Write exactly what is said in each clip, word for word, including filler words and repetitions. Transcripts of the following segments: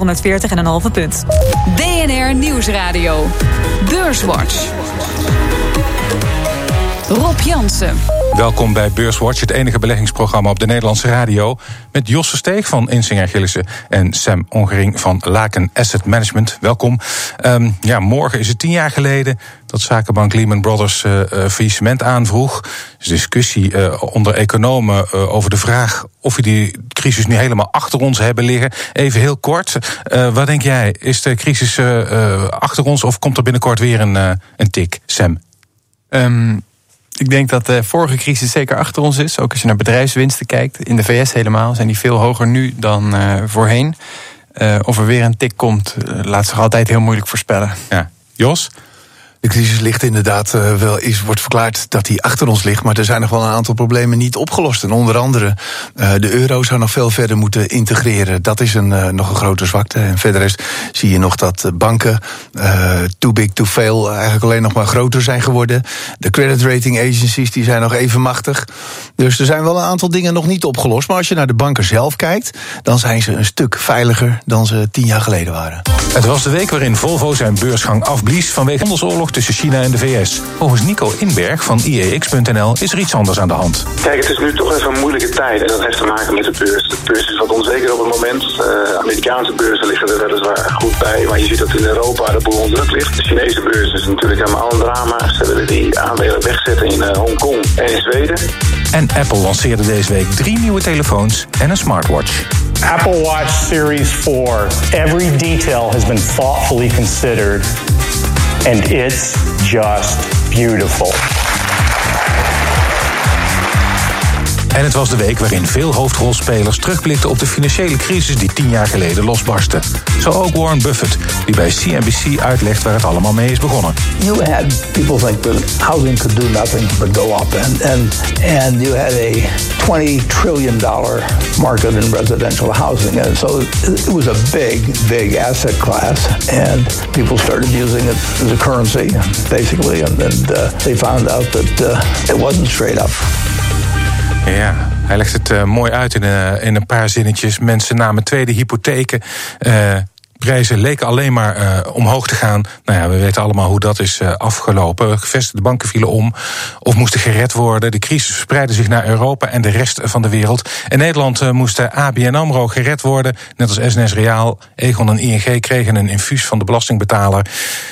vijfhonderdveertig komma vijf punt. B N R Nieuwsradio. Beurswatch. Rob Jansen. Welkom bij Beurswatch, het enige beleggingsprogramma op de Nederlandse radio. Met Jos Versteeg van Insinger Gillissen en Sam Ongering van Laken Asset Management. Welkom. Um, ja, morgen is het tien jaar geleden dat zakenbank Lehman Brothers uh, uh, faillissement aanvroeg. Er is discussie uh, onder economen uh, over de vraag of we die crisis nu helemaal achter ons hebben liggen. Even heel kort, uh, wat denk jij? Is de crisis uh, uh, achter ons of komt er binnenkort weer een, uh, een tik? Sam? Um... Ik denk dat de vorige crisis zeker achter ons is. Ook als je naar bedrijfswinsten kijkt. In de V S helemaal zijn die veel hoger nu dan uh, voorheen. Uh, of er weer een tik komt, uh, laat zich altijd heel moeilijk voorspellen. Ja. Jos? De crisis ligt inderdaad uh, wel, is, wordt verklaard dat die achter ons ligt. Maar er zijn nog wel een aantal problemen niet opgelost. En onder andere, uh, de euro zou nog veel verder moeten integreren. Dat is een, uh, nog een grote zwakte. En verder is, zie je nog dat banken uh, too big to fail eigenlijk alleen nog maar groter zijn geworden. De credit rating agencies die zijn nog even machtig. Dus er zijn wel een aantal dingen nog niet opgelost. Maar als je naar de banken zelf kijkt, dan zijn ze een stuk veiliger dan ze tien jaar geleden waren. Het was de week waarin Volvo zijn beursgang afblies vanwege de handelsoorlog tussen China en de V S. Volgens Nico Inberg van I E X punt N L is er iets anders aan de hand. Kijk, het is nu toch even een moeilijke tijd en dat heeft te maken met de beurs. De beurs is wat onzeker op het moment. Uh, Amerikaanse beurzen liggen er weliswaar goed bij, maar je ziet dat in Europa de boel onder druk ligt. De Chinese beurs is natuurlijk helemaal een drama. Ze willen die aandelen wegzetten in uh, Hongkong en in Zweden. En Apple lanceerde deze week drie nieuwe telefoons en een smartwatch. Apple Watch Series four. Every detail has been thoughtfully considered. And it's just beautiful. En het was de week waarin veel hoofdrolspelers terugblikten op de financiële crisis die tien jaar geleden losbarstte. Zo ook Warren Buffett, die bij C N B C uitlegt waar het allemaal mee is begonnen. You had people think that housing could do nothing but go up, and and and you had a twenty trillion dollar market in residential housing, and so it was a big, big asset class, and people started using it as a currency, basically, and, and uh, they found out that uh, it wasn't straight up. Ja, hij legt het uh, mooi uit in, uh, in een paar zinnetjes. Mensen namen tweede hypotheken. Uh, prijzen leken alleen maar uh, omhoog te gaan. Nou ja, we weten allemaal hoe dat is uh, afgelopen. Gevestigde banken vielen om of moesten gered worden. De crisis verspreidde zich naar Europa en de rest van de wereld. In Nederland uh, moesten A B N AMRO gered worden. Net als S N S Reaal, Egon en I N G kregen een infuus van de belastingbetaler.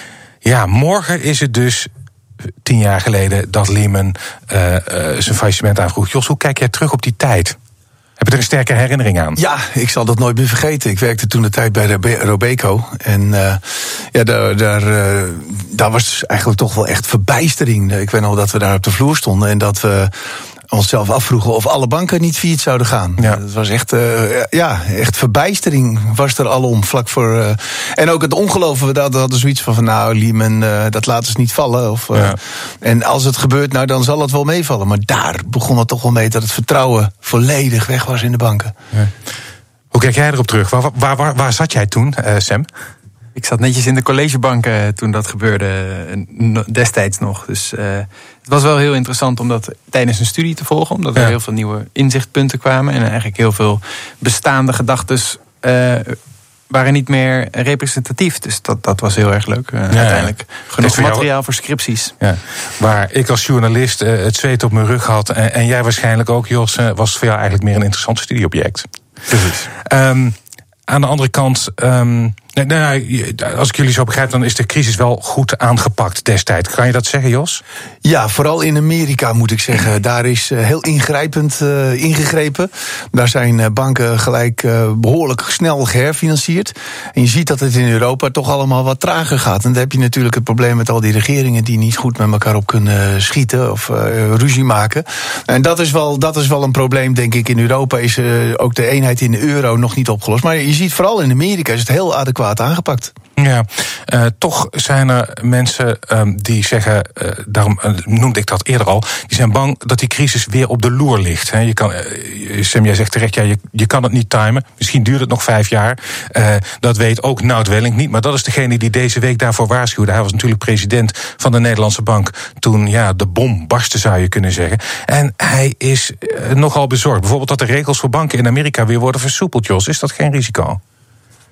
Ja, morgen is het dus tien jaar geleden dat Lehman uh, uh, zijn faillissement aanvroeg. Jos, hoe kijk jij terug op die tijd? Heb je er een sterke herinnering aan? Ja, ik zal dat nooit meer vergeten. Ik werkte toen de tijd bij Robeco. En uh, ja, daar, daar, uh, daar was eigenlijk toch wel echt verbijstering. Ik weet nog dat we daar op de vloer stonden en dat we onszelf afvroegen of alle banken niet failliet zouden gaan. Ja. Het was echt, uh, ja, echt verbijstering was er alom. Vlak voor, uh, en ook het ongeloof, we hadden zoiets van, van nou, Lehman, uh, dat laten ze niet vallen. Of, uh, ja. En als het gebeurt, nou, dan zal het wel meevallen. Maar daar begon het toch wel mee dat het vertrouwen volledig weg was in de banken. Ja. Hoe kijk jij erop terug? Waar, waar, waar, waar zat jij toen, uh, Sam? Ik zat netjes in de collegebanken toen dat gebeurde, destijds nog. Dus uh, het was wel heel interessant om dat tijdens een studie te volgen. Omdat er ja. heel veel nieuwe inzichtpunten kwamen. En eigenlijk heel veel bestaande gedachtes uh, waren niet meer representatief. Dus dat, dat was heel erg leuk. Uh, ja, uiteindelijk genoeg voor materiaal jou voor scripties. Ja. Waar ik als journalist uh, het zweet op mijn rug had. En, en jij waarschijnlijk ook, Jos, uh, was het voor jou eigenlijk meer een interessant studieobject. Precies. Um, aan de andere kant, um, nee, nee, als ik jullie zo begrijp, dan is de crisis wel goed aangepakt destijds. Kan je dat zeggen, Jos? Ja, vooral in Amerika moet ik zeggen. Daar is heel ingrijpend uh, ingegrepen. Daar zijn banken gelijk uh, behoorlijk snel geherfinancierd. En je ziet dat het in Europa toch allemaal wat trager gaat. En dan heb je natuurlijk het probleem met al die regeringen die niet goed met elkaar op kunnen schieten of uh, ruzie maken. En dat is wel, dat is wel een probleem, denk ik. In Europa is uh, ook de eenheid in de euro nog niet opgelost. Maar je ziet vooral in Amerika is het heel adequaat aangepakt. Ja, uh, toch zijn er mensen um, die zeggen, uh, daarom uh, noemde ik dat eerder al, die zijn bang dat die crisis weer op de loer ligt. He, je kan, uh, Sam, jij zegt terecht, ja, je, je kan het niet timen. Misschien duurt het nog vijf jaar. Uh, dat weet ook Nout Welling niet. Maar dat is degene die deze week daarvoor waarschuwde. Hij was natuurlijk president van de Nederlandse Bank toen ja, de bom barstte, zou je kunnen zeggen. En hij is uh, nogal bezorgd. Bijvoorbeeld dat de regels voor banken in Amerika weer worden versoepeld, Jos. Is dat geen risico?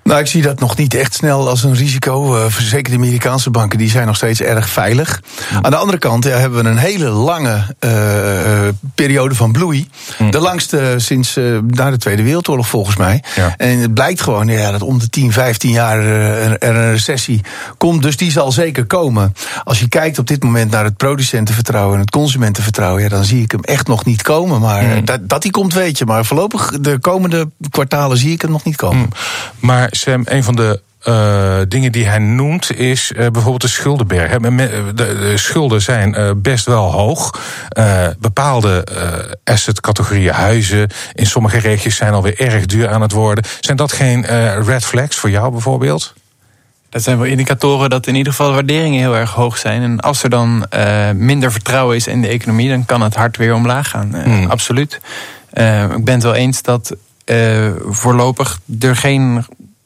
Nou, ik zie dat nog niet echt snel als een risico. Uh, zeker de Amerikaanse banken, die zijn nog steeds erg veilig. Mm. Aan de andere kant ja, hebben we een hele lange uh, periode van bloei. Mm. De langste sinds uh, na de Tweede Wereldoorlog volgens mij. Ja. En het blijkt gewoon ja, dat om de tien, vijftien jaar uh, er een recessie komt. Dus die zal zeker komen. Als je kijkt op dit moment naar het producentenvertrouwen en het consumentenvertrouwen, ja, dan zie ik hem echt nog niet komen. Maar mm. dat, dat die komt, weet je. Maar voorlopig de komende kwartalen zie ik hem nog niet komen. Mm. Maar Sam, een van de uh, dingen die hij noemt is uh, bijvoorbeeld de schuldenberg. De, de schulden zijn uh, best wel hoog. Uh, bepaalde uh, assetcategorieën, huizen in sommige regio's zijn alweer erg duur aan het worden. Zijn dat geen uh, red flags voor jou bijvoorbeeld? Dat zijn wel indicatoren dat in ieder geval de waarderingen heel erg hoog zijn. En als er dan uh, minder vertrouwen is in de economie, dan kan het hard weer omlaag gaan. Uh, hmm. Absoluut. Uh, ik ben het wel eens dat uh, voorlopig er geen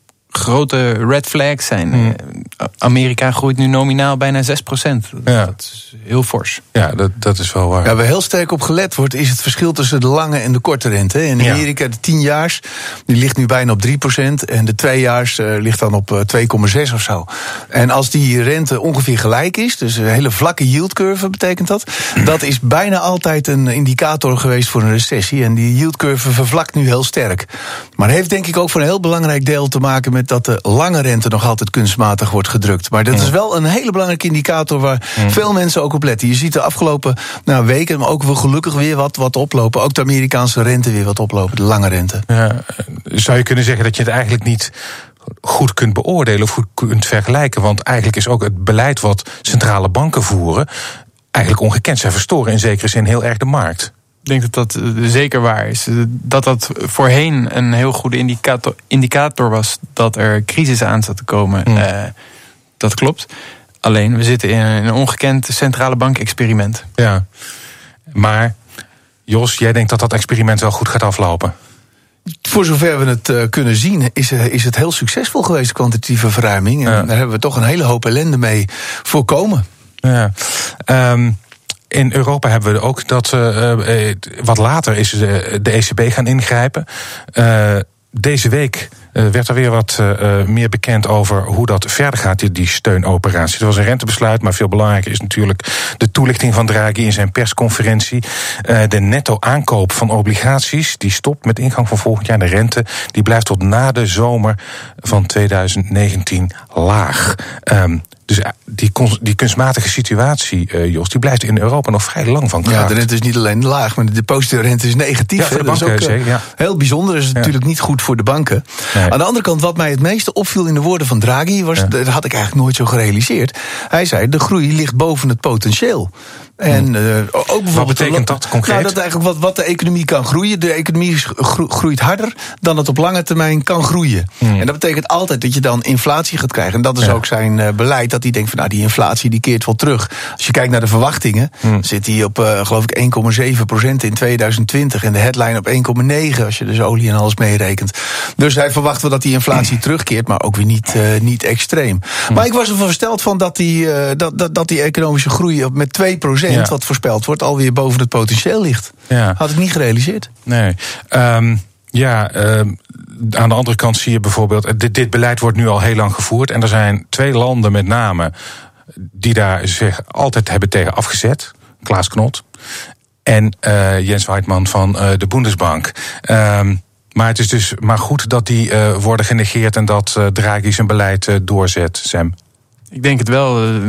grote red flags zijn. Hmm. Amerika groeit nu nominaal bijna zes procent. Ja. Dat is heel fors. Ja, dat, dat is wel waar. Ja, waar heel sterk op gelet wordt, is het verschil tussen de lange en de korte rente. In Amerika, de tienjaars, die ligt nu bijna op drie procent. En de tweejaars uh, ligt dan op uh, twee komma zes of zo. En als die rente ongeveer gelijk is, dus een hele vlakke yield curve betekent dat. Dat is bijna altijd een indicator geweest voor een recessie. En die yield curve vervlakt nu heel sterk. Maar heeft denk ik ook voor een heel belangrijk deel te maken met dat de lange rente nog altijd kunstmatig wordt gedrukt. Maar dat is wel een hele belangrijke indicator waar mm. veel mensen ook op letten. Je ziet de afgelopen nou, weken maar ook wel gelukkig weer wat, wat oplopen. Ook de Amerikaanse rente weer wat oplopen, de lange rente. Ja, zou je kunnen zeggen dat je het eigenlijk niet goed kunt beoordelen of goed kunt vergelijken? Want eigenlijk is ook het beleid wat centrale banken voeren eigenlijk ongekend. Zij verstoren in zekere zin heel erg de markt. Ik denk dat dat zeker waar is. Dat dat voorheen een heel goede indicator, indicator was dat er crisis aan zat te komen. Mm. Uh, dat klopt. Alleen, we zitten in een ongekend centrale bank-experiment. Ja, maar Jos, jij denkt dat dat experiment wel goed gaat aflopen? Voor zover we het uh, kunnen zien, is, uh, is het heel succesvol geweest, kwantitatieve verruiming. En ja. daar hebben we toch een hele hoop ellende mee voorkomen. Ja. Um, In Europa hebben we ook dat uh, wat later is de, de E C B gaan ingrijpen. Uh, deze week uh, werd er weer wat uh, meer bekend over hoe dat verder gaat, die, die steunoperatie. Er was een rentebesluit, maar veel belangrijker is natuurlijk de toelichting van Draghi in zijn persconferentie. Uh, de netto aankoop van obligaties, die stopt met ingang van volgend jaar. De rente, die blijft tot na de zomer van tweeduizend negentien laag. Um, Dus die, die kunstmatige situatie, uh, Jos, die blijft in Europa nog vrij lang van kracht. Ja, de rente is niet alleen laag, maar de depositorente is negatief. Ja, voor de banken, dat is ook zeker, ja. heel bijzonder. Dat is ja. natuurlijk niet goed voor de banken. Nee. Aan de andere kant, wat mij het meeste opviel in de woorden van Draghi, was, ja. dat had ik eigenlijk nooit zo gerealiseerd. Hij zei, de groei ligt boven het potentieel. En, uh, ook wat betekent dat concreet? Nou, dat eigenlijk wat, wat de economie kan groeien. De economie groeit harder dan het op lange termijn kan groeien. Hmm. En dat betekent altijd dat je dan inflatie gaat krijgen. En dat is ja. ook zijn uh, beleid, dat hij denkt van nou, die inflatie die keert wel terug. Als je kijkt naar de verwachtingen, hmm. zit hij op uh, geloof ik één komma zeven procent in tweeduizend twintig. En de headline op één komma negen als je dus olie en alles meerekent. Dus hij verwacht wel dat die inflatie hmm. terugkeert, maar ook weer niet, uh, niet extreem. Hmm. Maar ik was ervan versteld van dat die, uh, dat, dat, dat die economische groei met twee procent Ja. wat voorspeld wordt, alweer boven het potentieel ligt. Ja. Had ik niet gerealiseerd. Nee. Um, ja, um, aan de andere kant zie je bijvoorbeeld, dit, dit beleid wordt nu al heel lang gevoerd en er zijn twee landen met name die daar zich altijd hebben tegen afgezet. Klaas Knot en uh, Jens Weidmann van uh, de Bundesbank. Um, maar het is dus maar goed dat die uh, worden genegeerd en dat uh, Draghi zijn beleid uh, doorzet, Sam. Ik denk het wel. Uh,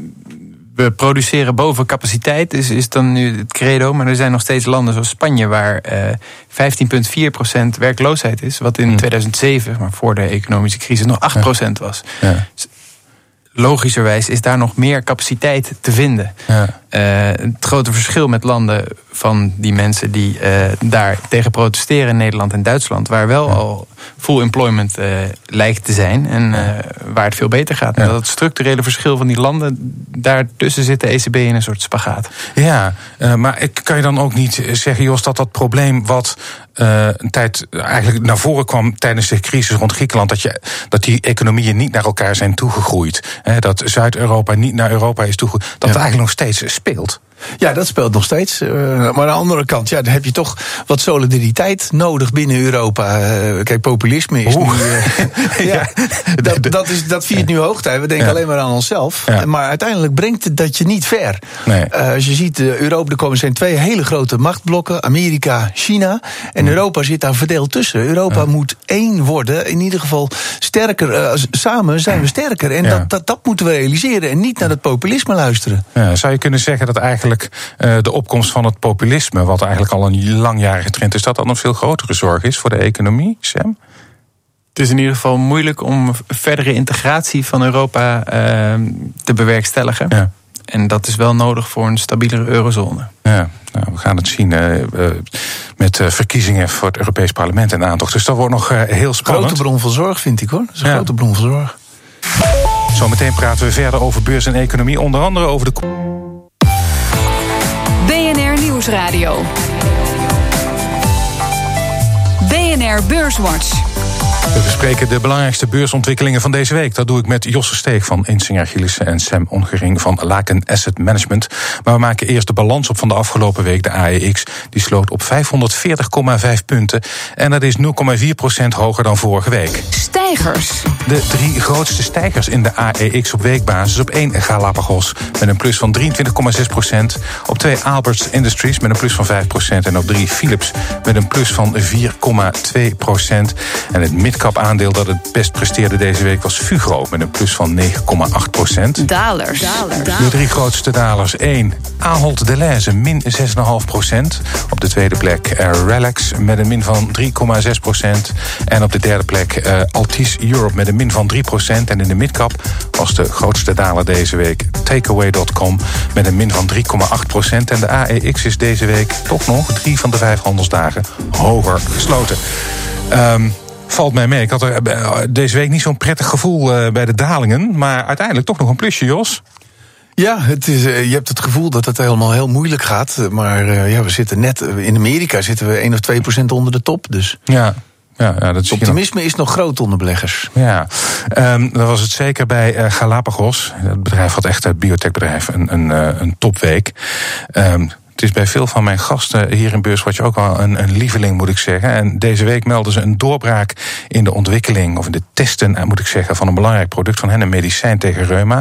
We produceren boven capaciteit, is, is dan nu het credo. Maar er zijn nog steeds landen zoals Spanje, waar uh, vijftien komma vier procent werkloosheid is. Wat in hmm. tweeduizend zeven, maar voor de economische crisis, nog acht procent was. Ja. Dus logischerwijs is daar nog meer capaciteit te vinden. Ja. Uh, het grote verschil met landen van die mensen die uh, daar tegen protesteren in Nederland en Duitsland, waar wel ja. al full employment uh, lijkt te zijn en uh, waar het veel beter gaat. Ja. En dat het structurele verschil van die landen, daartussen zit de E C B in een soort spagaat. Ja, uh, maar ik, kan je dan ook niet zeggen, Jos, dat dat probleem wat uh, een tijd eigenlijk naar voren kwam tijdens de crisis rond Griekenland, dat, je, dat die economieën niet naar elkaar zijn toegegroeid. Hè, dat Zuid-Europa niet naar Europa is toegegroeid. Dat ja. het eigenlijk nog steeds speelt. Ja, dat speelt nog steeds. Uh, maar aan de andere kant, ja, dan heb je toch wat solidariteit nodig binnen Europa. Uh, kijk, populisme is Oeh. nu... Uh, ja, dat, dat, is, dat viert nu hoogtij. We denken ja. alleen maar aan onszelf. Ja. Maar uiteindelijk brengt het dat je niet ver. Nee. Uh, als je ziet, uh, Europa, er komen zijn twee hele grote machtblokken. Amerika, China. En mm. Europa zit daar verdeeld tussen. Europa ja. moet één worden. In ieder geval sterker. Uh, samen zijn we sterker. En ja. dat, dat, dat moeten we realiseren. En niet naar het populisme luisteren. Ja, zou je kunnen zeggen dat eigenlijk Uh, de opkomst van het populisme, wat eigenlijk al een langjarige trend is, dat dat een veel grotere zorg is voor de economie, Sam? Het is in ieder geval moeilijk om verdere integratie van Europa uh, te bewerkstelligen. Ja. En dat is wel nodig voor een stabielere eurozone. Ja, nou, we gaan het zien uh, uh, met uh, verkiezingen voor het Europees Parlement en aantocht. Dus dat wordt nog uh, heel spannend. Grote bron van zorg, vind ik, hoor. Dat is een ja. grote bron van zorg. Zometeen praten we verder over beurs en economie, onder andere over de... B N R Nieuwsradio. B N R Beurswatch. We bespreken de belangrijkste beursontwikkelingen van deze week. Dat doe ik met Josse Steeg van Insinger Gillissen en Sam Ongering van Laken Asset Management. Maar we maken eerst de balans op van de afgelopen week. De A E X die sloot op vijfhonderdveertig komma vijf punten. En dat is nul komma vier procent hoger dan vorige week. Stijgers. De drie grootste stijgers in de A E X op weekbasis. Op één Galapagos met een plus van drieëntwintig komma zes procent. Op twee Aalberts Industries met een plus van vijf procent. En op drie Philips met een plus van vier komma twee procent. En het midcap aandeel dat het best presteerde deze week was Fugro met een plus van negen komma acht procent. Dalers. Dalers. De drie grootste dalers. één Ahold Delhaize min zes komma vijf procent. Op de tweede plek uh, Relax met een min van drie komma zes procent. En op de derde plek uh, Altis Europe met een min van drie procent. En in de midcap was de grootste daler deze week Takeaway punt com met een min van drie komma acht procent. En de A E X is deze week toch nog drie van de vijf handelsdagen hoger gesloten. Um, Valt mij mee. Ik had er deze week niet zo'n prettig gevoel uh, bij de dalingen. Maar uiteindelijk toch nog een plusje, Jos. Ja, het is, uh, je hebt het gevoel dat het helemaal heel moeilijk gaat. Maar uh, ja, we zitten net, in Amerika zitten we één of twee procent onder de top. Dus ja. Ja, ja, dat het optimisme is nog groot onder beleggers. Ja, um, dat was het zeker bij uh, Galapagos. Het bedrijf had echt, het biotechbedrijf, een, een, uh, een topweek. Um, Het is bij veel van mijn gasten hier in Beurswatch ook wel een, een lieveling, moet ik zeggen. En deze week melden ze een doorbraak in de ontwikkeling, of in de testen, moet ik zeggen, van een belangrijk product van hen, een medicijn tegen reuma.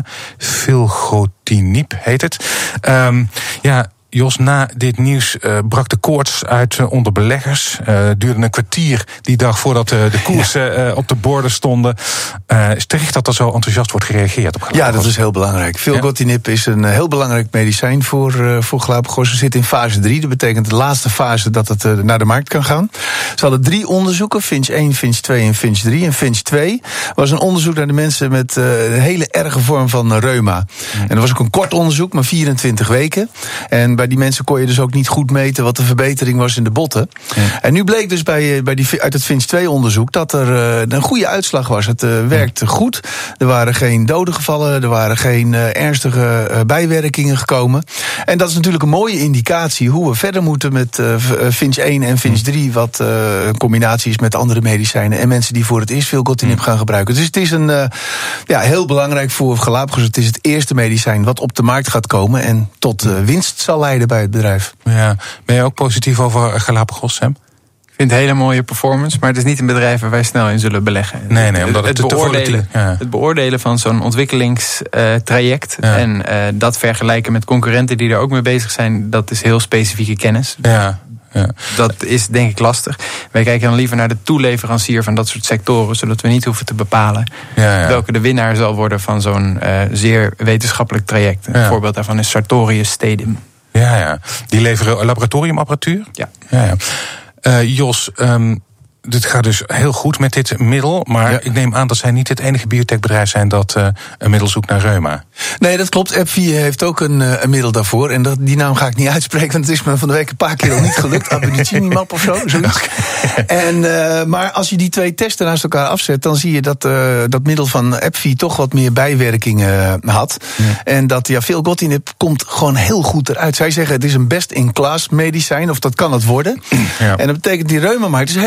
Filgotinib heet het. Um, ja, Jos, na dit nieuws uh, brak de koorts uit uh, onder beleggers. Het uh, duurde een kwartier die dag voordat uh, de koersen uh, op de borden stonden. Uh, is terecht dat er zo enthousiast wordt gereageerd op Galapagos? Ja, dat is heel belangrijk. Filgotinib ja? is een uh, heel belangrijk medicijn voor, uh, voor Galapagos. Ze zit in fase drie. Dat betekent de laatste fase dat het uh, naar de markt kan gaan. Ze hadden drie onderzoeken. Finch één, Finch twee en Finch drie. En Finch twee was een onderzoek naar de mensen met uh, een hele erge vorm van uh, reuma. Mm. En dat was ook een kort onderzoek, maar vierentwintig weken. En bij die mensen kon je dus ook niet goed meten wat de verbetering was in de botten. Ja. En nu bleek dus bij, bij die, uit het Finch twee onderzoek dat er uh, een goede uitslag was. Het uh, werkte goed. Er waren geen doden gevallen, er waren geen uh, ernstige uh, bijwerkingen gekomen. En dat is natuurlijk een mooie indicatie hoe we verder moeten met uh, Finch één en Finch drie, wat uh, een combinatie is met andere medicijnen en mensen die voor het eerst Filgotinib gaan gebruiken. Dus het is een uh, ja, heel belangrijk voor Galapagos. Het is het eerste medicijn wat op de markt gaat komen en tot uh, winst zal leiden bij het bedrijf. Ja. Ben je ook positief over Galapagos, Sam? Ik vind het een hele mooie performance, maar het is niet een bedrijf waar wij snel in zullen beleggen. Nee, nee, omdat het, het, het, beoordelen, te ja. het beoordelen van zo'n ontwikkelingstraject ja. en uh, dat vergelijken met concurrenten die er ook mee bezig zijn, dat is heel specifieke kennis. Ja. Ja. Dat is denk ik lastig. Wij kijken dan liever naar de toeleverancier van dat soort sectoren, zodat we niet hoeven te bepalen ja, ja. welke de winnaar zal worden van zo'n uh, zeer wetenschappelijk traject. Een ja. voorbeeld daarvan is Sartorius Stedin. Ja, ja. Die leveren laboratoriumapparatuur? Ja. ja, ja. Uh, Jos, um, dit gaat dus heel goed met dit middel, maar ja. ik neem aan dat zij niet het enige biotechbedrijf zijn dat uh, een middel zoekt naar reuma. Nee, dat klopt. AbbVie heeft ook een, uh, een middel daarvoor. En dat, die naam ga ik niet uitspreken, want het is me van de week een paar keer al niet gelukt. Abinicinimab of zo, zoiets. En, uh, maar als je die twee testen naast elkaar afzet, dan zie je dat uh, dat middel van AbbVie toch wat meer bijwerkingen uh, had. Ja. En dat ja, Filgotinib komt gewoon heel goed eruit. Zij zeggen het is een best-in-class medicijn, of dat kan het worden. Ja. En dat betekent die reumamarkt is een hele grote markt.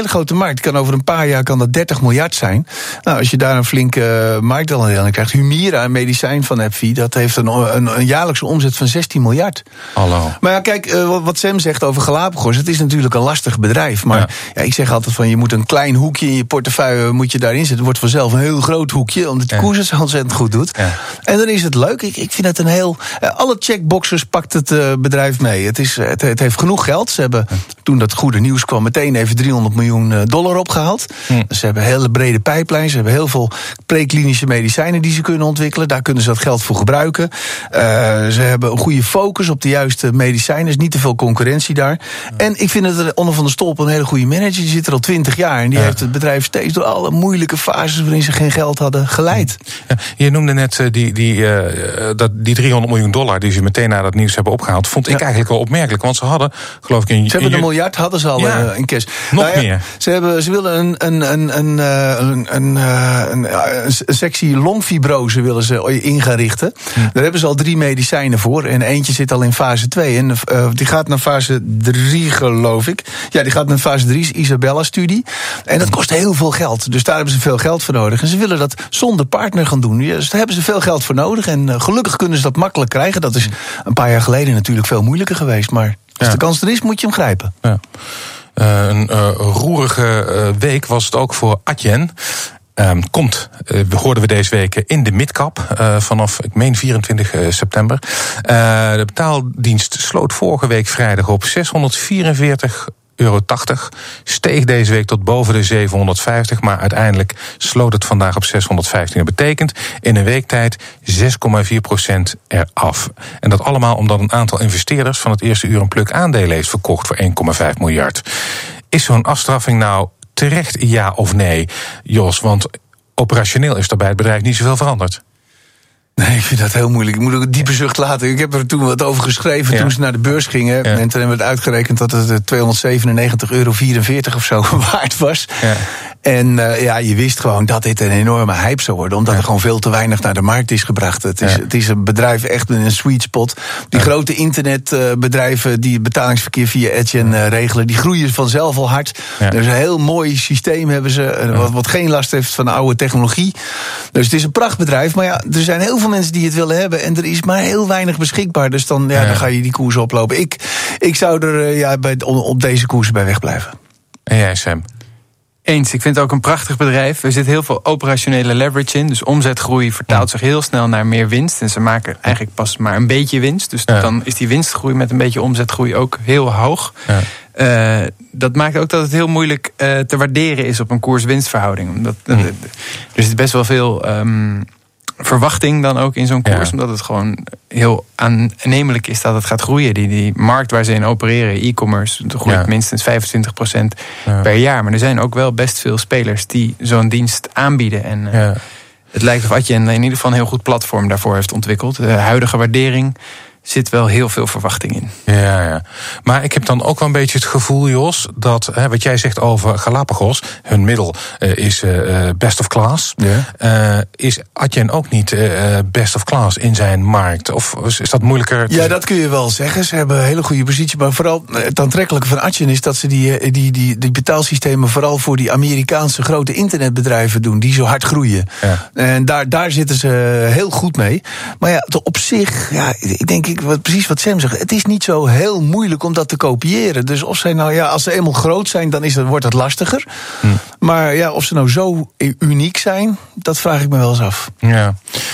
markt. Kan over een paar jaar kan dat dertig miljard zijn. Nou, als je daar een flinke uh, marktaandeel aan krijgt. Humira, een medicijn van AbbVie, dat heeft een, een, een jaarlijkse omzet van zestien miljard. Hallo. Maar ja, kijk, uh, wat Sam zegt over Galapagos, het is natuurlijk een lastig bedrijf. Maar ja. Ja, ik zeg altijd van, je moet een klein hoekje in je portefeuille moet je daarin zetten. Het wordt vanzelf een heel groot hoekje, omdat de ja. koers het zo ontzettend goed doet. Ja. En dan is het leuk. Ik, ik vind het een heel... Uh, alle checkboxers pakt het uh, bedrijf mee. Het, is, het, het heeft genoeg geld. Ze hebben, ja. toen dat goede nieuws kwam, meteen even driehonderd miljoen dollar opgehaald. Ja. Dus ze hebben een hele brede pijplijn. Ze hebben heel veel preklinische medicijnen die ze kunnen ontwikkelen. Daar kunnen ze dat geld voor gebruiken. Uh, ze hebben een goede focus op de juiste medicijnen. Er is niet te veel concurrentie daar. Ja. En ik vind het Onno van der Stolp een hele goede manager. Die zit er al twintig jaar. En die ja. heeft het bedrijf steeds door alle moeilijke fases waarin ze geen geld hadden geleid. Ja, je noemde net uh, die, die, uh, dat, die driehonderd miljoen dollar die ze meteen na dat nieuws hebben opgehaald. Vond ik ja. eigenlijk wel opmerkelijk. Want ze hadden, geloof ik... In, ze hebben in, een miljard, hadden ze al ja. uh, in cash. Nog nou, ja, meer. Ze, hebben, ze willen een, een, een, een, een, een, een, een sectie longfibrose willen ze in gaan richten. Hm. Daar hebben ze al drie medicijnen voor. En eentje zit al in fase twee. En uh, die gaat naar fase drie, geloof ik. Ja, die gaat naar fase drie, Isabella-studie. En dat kost heel veel geld. Dus daar hebben ze veel geld voor nodig. En ze willen dat zonder partner gaan doen. Dus daar hebben ze veel geld voor nodig. En uh, gelukkig kunnen ze dat makkelijk krijgen. Dat is een paar jaar geleden natuurlijk veel moeilijker geweest. Maar als ja. de kans er is, moet je hem grijpen. Ja. Uh, een uh, roerige uh, week was het ook voor Adyen. Um, komt, uh, hoorden we deze week in de midcap uh, vanaf, ik meen vierentwintig september. Uh, de betaaldienst sloot vorige week vrijdag op zeshonderdvierenveertig euro tachtig. Steeg deze week tot boven de zevenhonderdvijftig, maar uiteindelijk sloot het vandaag op zeshonderdvijftien. Dat betekent in een week tijd zes komma vier procent eraf. En dat allemaal omdat een aantal investeerders van het eerste uur een pluk aandelen heeft verkocht voor één komma vijf miljard. Is zo'n afstraffing nou terecht, ja of nee, Jos? Want operationeel is er bij het bedrijf niet zoveel veranderd. Nee, ik vind dat heel moeilijk. Ik moet ook een diepe zucht laten. Ik heb er toen wat over geschreven ja. toen ze naar de beurs gingen. Ja. En toen hebben we het uitgerekend dat het tweehonderdzevenennegentig euro vierenveertig of zo waard was. Ja. En uh, ja, je wist gewoon dat dit een enorme hype zou worden. Omdat ja. er gewoon veel te weinig naar de markt is gebracht. Het is, ja. het is een bedrijf echt in een sweet spot. Die ja. grote internetbedrijven die het betalingsverkeer via Adyen uh, regelen, die groeien vanzelf al hard. Ja. Er is een heel mooi systeem hebben ze. Uh, wat, wat geen last heeft van de oude technologie. Dus het is een prachtbedrijf. Maar ja, er zijn heel veel mensen die het willen hebben. En er is maar heel weinig beschikbaar. Dus dan, ja, ja. dan ga je die koers oplopen. Ik, ik zou er uh, ja, bij, op deze koersen bij wegblijven. En jij, Sam? Eens, ik vind het ook een prachtig bedrijf. Er zit heel veel operationele leverage in. Dus omzetgroei vertaalt zich heel snel naar meer winst. En ze maken eigenlijk pas maar een beetje winst. Dus ja. dan is die winstgroei met een beetje omzetgroei ook heel hoog. Ja. Uh, dat maakt ook dat het heel moeilijk uh, te waarderen is op een koers-winstverhouding. Omdat mm. uh, er zit best wel veel um, verwachting dan ook in zo'n koers. Ja. Omdat het gewoon heel aannemelijk is dat het gaat groeien. Die, die markt waar ze in opereren, e-commerce, groeit ja. minstens vijfentwintig procent ja. per jaar. Maar er zijn ook wel best veel spelers die zo'n dienst aanbieden. En uh, ja. het lijkt of Adyen in ieder geval een heel goed platform daarvoor heeft ontwikkeld. De huidige waardering zit wel heel veel verwachting in. Ja, ja. Maar ik heb dan ook wel een beetje het gevoel, Jos, dat hè, wat jij zegt over Galapagos, hun middel uh, is uh, best of class. Ja. Uh, is Adyen ook niet uh, best of class in zijn markt? Of is dat moeilijker? Te... Ja, dat kun je wel zeggen. Ze hebben een hele goede positie. Maar vooral het aantrekkelijke van Adyen is dat ze die, die, die, die betaalsystemen vooral voor die Amerikaanse grote internetbedrijven doen, die zo hard groeien. Ja. En daar, daar zitten ze heel goed mee. Maar ja, op zich, ja, ik denk ik, wat, precies wat Sam zegt, het is niet zo heel moeilijk om dat te kopiëren. Dus of zij nou, ja, als ze eenmaal groot zijn, dan is het, wordt het lastiger. Hm. Maar ja, of ze nou zo uniek zijn, dat vraag ik me wel eens af. Ja.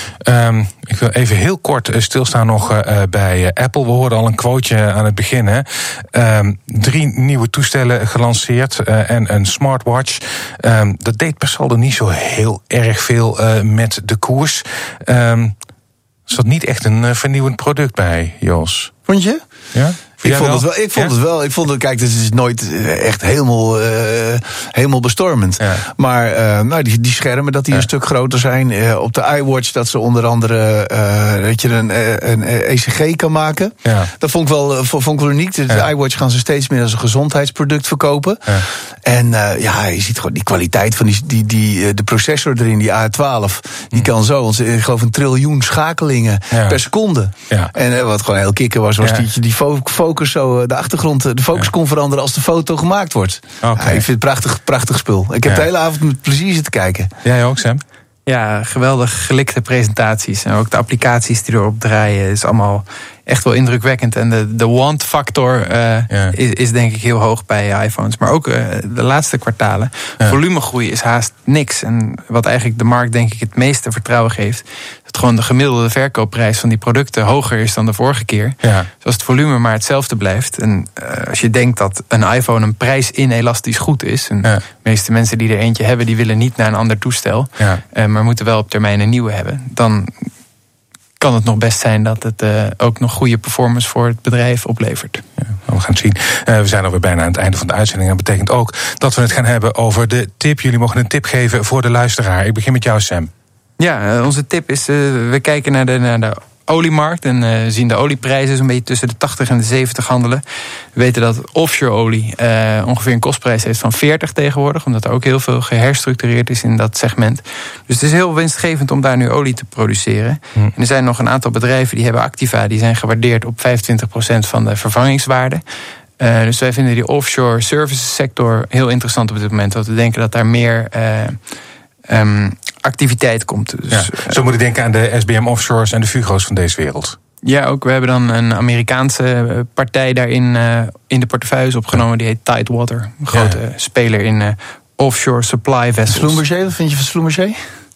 Um, ik wil even heel kort stilstaan nog uh, bij uh, Apple. We hoorden al een quoteje aan het begin. Hè. Um, drie nieuwe toestellen gelanceerd uh, en een smartwatch. Um, dat deed per saldo niet zo heel erg veel uh, met de koers. Um, Er zat niet echt een uh, vernieuwend product bij, Jos. Vond je? Ja? Ik vond, het wel, ik vond ja? het wel. Ik vond het, kijk, het is nooit echt helemaal, uh, helemaal bestormend. Ja. Maar uh, nou, die, die schermen, dat die ja. een stuk groter zijn. Uh, op de iWatch dat ze onder andere uh, dat je een, een E C G kan maken. Ja. Dat vond ik wel, vond ik wel uniek. De ja. iWatch gaan ze steeds meer als een gezondheidsproduct verkopen. Ja. En uh, ja, je ziet gewoon die kwaliteit van die, die, die, de processor erin, die A twaalf. Die hm. kan zo, want ik geloof een triljoen schakelingen ja. per seconde. Ja. En uh, wat gewoon heel kikker was, was ja. die, die focus focus zo, de achtergrond, de focus ja. kon veranderen als de foto gemaakt wordt. Okay. Ja, ik vind het een prachtig, prachtig spul. Ik heb ja. de hele avond met plezier zitten kijken. Jij ook, Sam? Ja, geweldig gelikte presentaties. En ook de applicaties die erop draaien is allemaal echt wel indrukwekkend. En de, de want factor uh, ja. is, is denk ik heel hoog bij iPhones. Maar ook uh, de laatste kwartalen. Ja. Volumegroei is haast niks. En wat eigenlijk de markt denk ik het meeste vertrouwen geeft, dat gewoon de gemiddelde verkoopprijs van die producten hoger is dan de vorige keer. Ja. Dus als het volume maar hetzelfde blijft. En uh, als je denkt dat een iPhone een prijs-inelastisch goed is. En ja. de meeste mensen die er eentje hebben, die willen niet naar een ander toestel. Ja. Uh, maar moeten wel op termijn een nieuwe hebben. Dan kan het nog best zijn dat het uh, ook nog goede performance voor het bedrijf oplevert. Ja, we gaan het zien. Uh, we zijn alweer bijna aan het einde van de uitzending. Dat betekent ook dat we het gaan hebben over de tip. Jullie mogen een tip geven voor de luisteraar. Ik begin met jou, Sam. Ja, uh, onze tip is, uh, we kijken naar de, naar de oliemarkt en uh, zien de olieprijzen zo'n beetje tussen de tachtig en de zeventig handelen. We weten dat offshore olie uh, ongeveer een kostprijs heeft van veertig tegenwoordig, omdat er ook heel veel geherstructureerd is in dat segment. Dus het is heel winstgevend om daar nu olie te produceren. Hm. En er zijn nog een aantal bedrijven die hebben activa, die zijn gewaardeerd op vijfentwintig procent van de vervangingswaarde. Uh, dus wij vinden die offshore services sector heel interessant op dit moment, want we denken dat daar meer Uh, um, activiteit komt. Dus, ja, zo moet ik denken aan de S B M Offshores en de Fugro's van deze wereld. Ja, ook. We hebben dan een Amerikaanse partij daarin uh, in de portefeuilles opgenomen. Die heet Tidewater. Een grote ja. speler in uh, offshore supply vessels. Schlumberger, wat vind je van Schlumberger?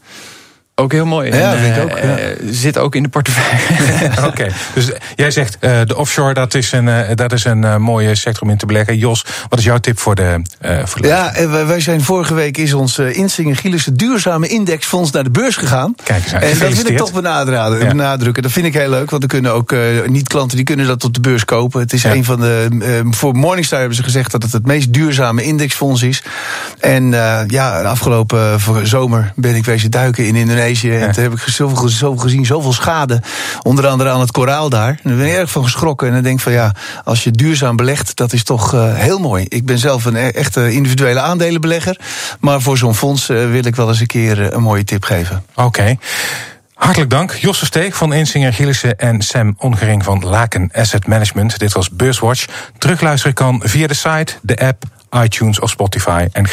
Ook heel mooi. Ja, en, vind ik ook. Ja. Uh, zit ook in de portefeuille. Oké, okay. Dus jij zegt uh, de offshore, dat is een, uh, dat is een uh, mooie sector om in te beleggen. Jos, wat is jouw tip voor de... Uh, voor de ja, wij, wij zijn vorige week is ons uh, Insinger Gielissen duurzame indexfonds naar de beurs gegaan. Kijk eens aan. En dat wil ik toch benadrukken. Ja. benadrukken. Dat vind ik heel leuk, want er kunnen ook uh, niet-klanten die kunnen dat op de beurs kopen. Het is ja. een van de... Uh, voor Morningstar hebben ze gezegd dat het het meest duurzame indexfonds is. En uh, ja, de afgelopen uh, zomer ben ik wezen duiken in Indonesië. Ja. En toen heb ik zoveel, zoveel gezien, zoveel schade. Onder andere aan het koraal daar. En daar ben ik erg van geschrokken. En dan denk ik van ja, als je duurzaam belegt, dat is toch uh, heel mooi. Ik ben zelf een echte individuele aandelenbelegger. Maar voor zo'n fonds uh, wil ik wel eens een keer uh, een mooie tip geven. Oké. Okay. Hartelijk dank. Jos Versteeg van Insinger Gielissen en Sam Ongering van Laken Asset Management. Dit was Beurswatch. Terugluisteren kan via de site, de app, iTunes of Spotify. En